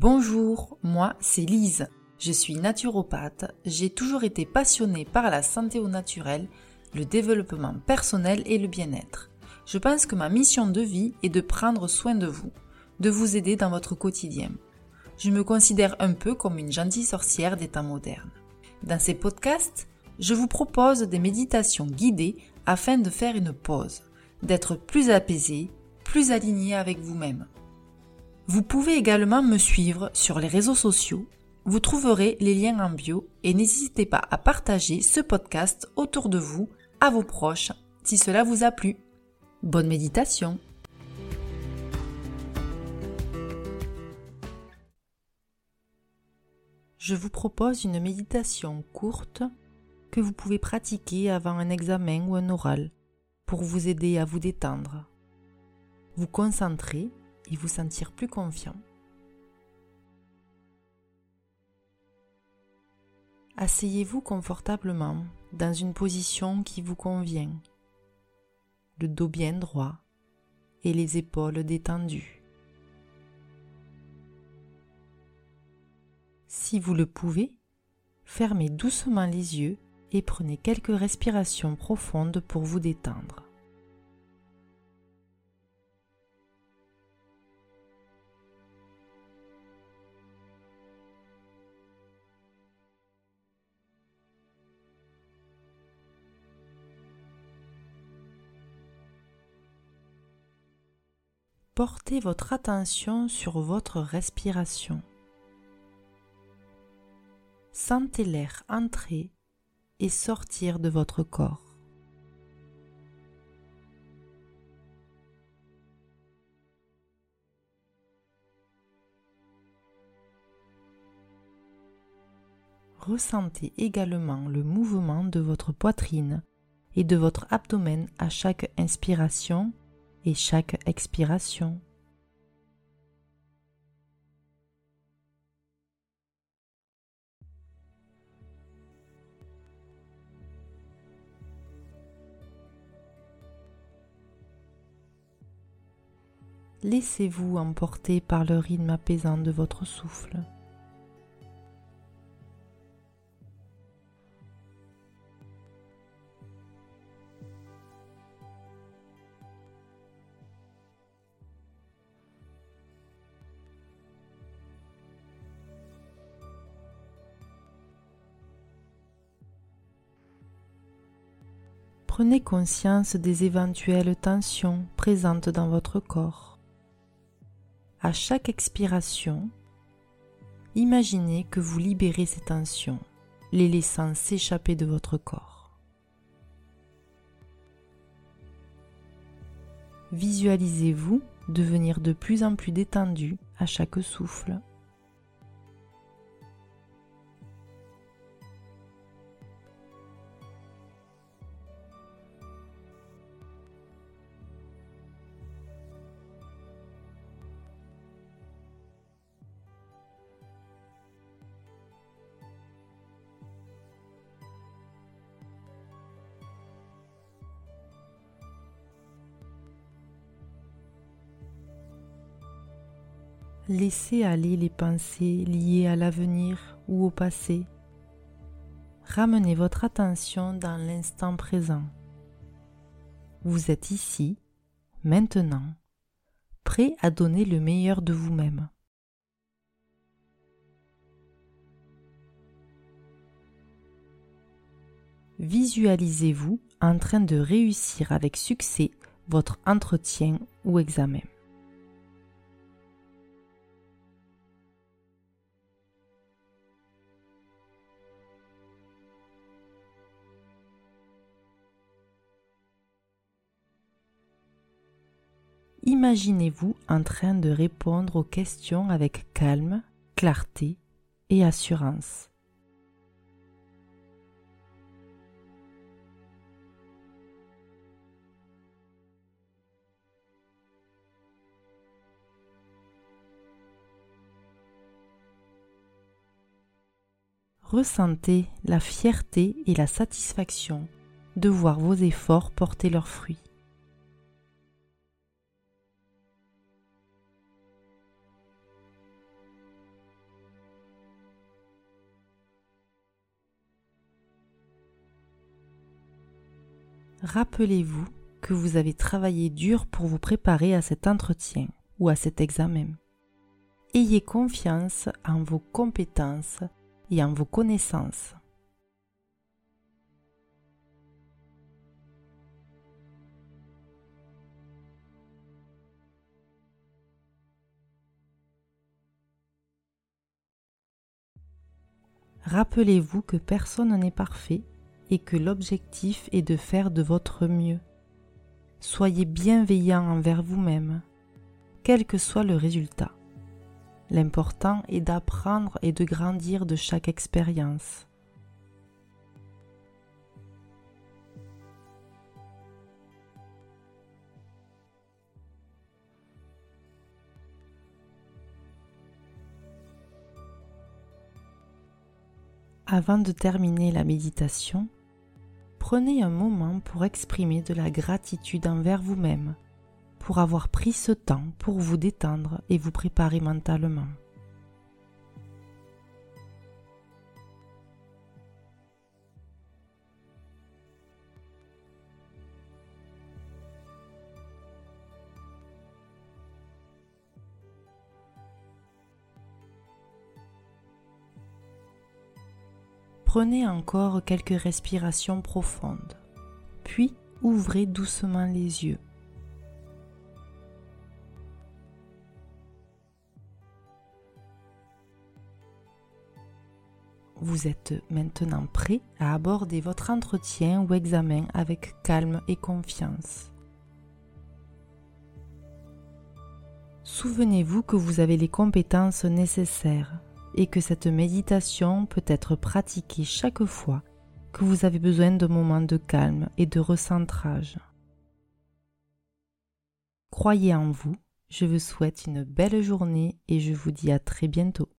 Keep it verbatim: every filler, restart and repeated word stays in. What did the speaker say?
Bonjour, moi c'est Lise. Je suis naturopathe, j'ai toujours été passionnée par la santé au naturel, le développement personnel et le bien-être. Je pense que ma mission de vie est de prendre soin de vous, de vous aider dans votre quotidien. Je me considère un peu comme une gentille sorcière des temps modernes. Dans ces podcasts, je vous propose des méditations guidées afin de faire une pause, d'être plus apaisé, plus aligné avec vous-même. Vous pouvez également me suivre sur les réseaux sociaux. Vous trouverez les liens en bio et n'hésitez pas à partager ce podcast autour de vous, à vos proches, si cela vous a plu. Bonne méditation! Je vous propose une méditation courte que vous pouvez pratiquer avant un examen ou un oral pour vous aider à vous détendre, vous concentrer et vous sentir plus confiant. Asseyez-vous confortablement dans une position qui vous convient, le dos bien droit et les épaules détendues. Si vous le pouvez, fermez doucement les yeux et prenez quelques respirations profondes pour vous détendre. Portez votre attention sur votre respiration. Sentez l'air entrer et sortir de votre corps. Ressentez également le mouvement de votre poitrine et de votre abdomen à chaque inspiration et chaque expiration. Laissez-vous emporter par le rythme apaisant de votre souffle. Prenez conscience des éventuelles tensions présentes dans votre corps. À chaque expiration, imaginez que vous libérez ces tensions, les laissant s'échapper de votre corps. Visualisez-vous devenir de plus en plus détendu à chaque souffle. Laissez aller les pensées liées à l'avenir ou au passé. Ramenez votre attention dans l'instant présent. Vous êtes ici, maintenant, prêt à donner le meilleur de vous-même. Visualisez-vous en train de réussir avec succès votre entretien ou examen. Imaginez-vous en train de répondre aux questions avec calme, clarté et assurance. Ressentez la fierté et la satisfaction de voir vos efforts porter leurs fruits. Rappelez-vous que vous avez travaillé dur pour vous préparer à cet entretien ou à cet examen. Ayez confiance en vos compétences et en vos connaissances. Rappelez-vous que personne n'est parfait et que l'objectif est de faire de votre mieux. Soyez bienveillant envers vous-même, quel que soit le résultat. L'important est d'apprendre et de grandir de chaque expérience. Avant de terminer la méditation, prenez un moment pour exprimer de la gratitude envers vous-même, pour avoir pris ce temps pour vous détendre et vous préparer mentalement. Prenez encore quelques respirations profondes, puis ouvrez doucement les yeux. Vous êtes maintenant prêt à aborder votre entretien ou examen avec calme et confiance. Souvenez-vous que vous avez les compétences nécessaires et que cette méditation peut être pratiquée chaque fois que vous avez besoin de moments de calme et de recentrage. Croyez en vous, je vous souhaite une belle journée et je vous dis à très bientôt.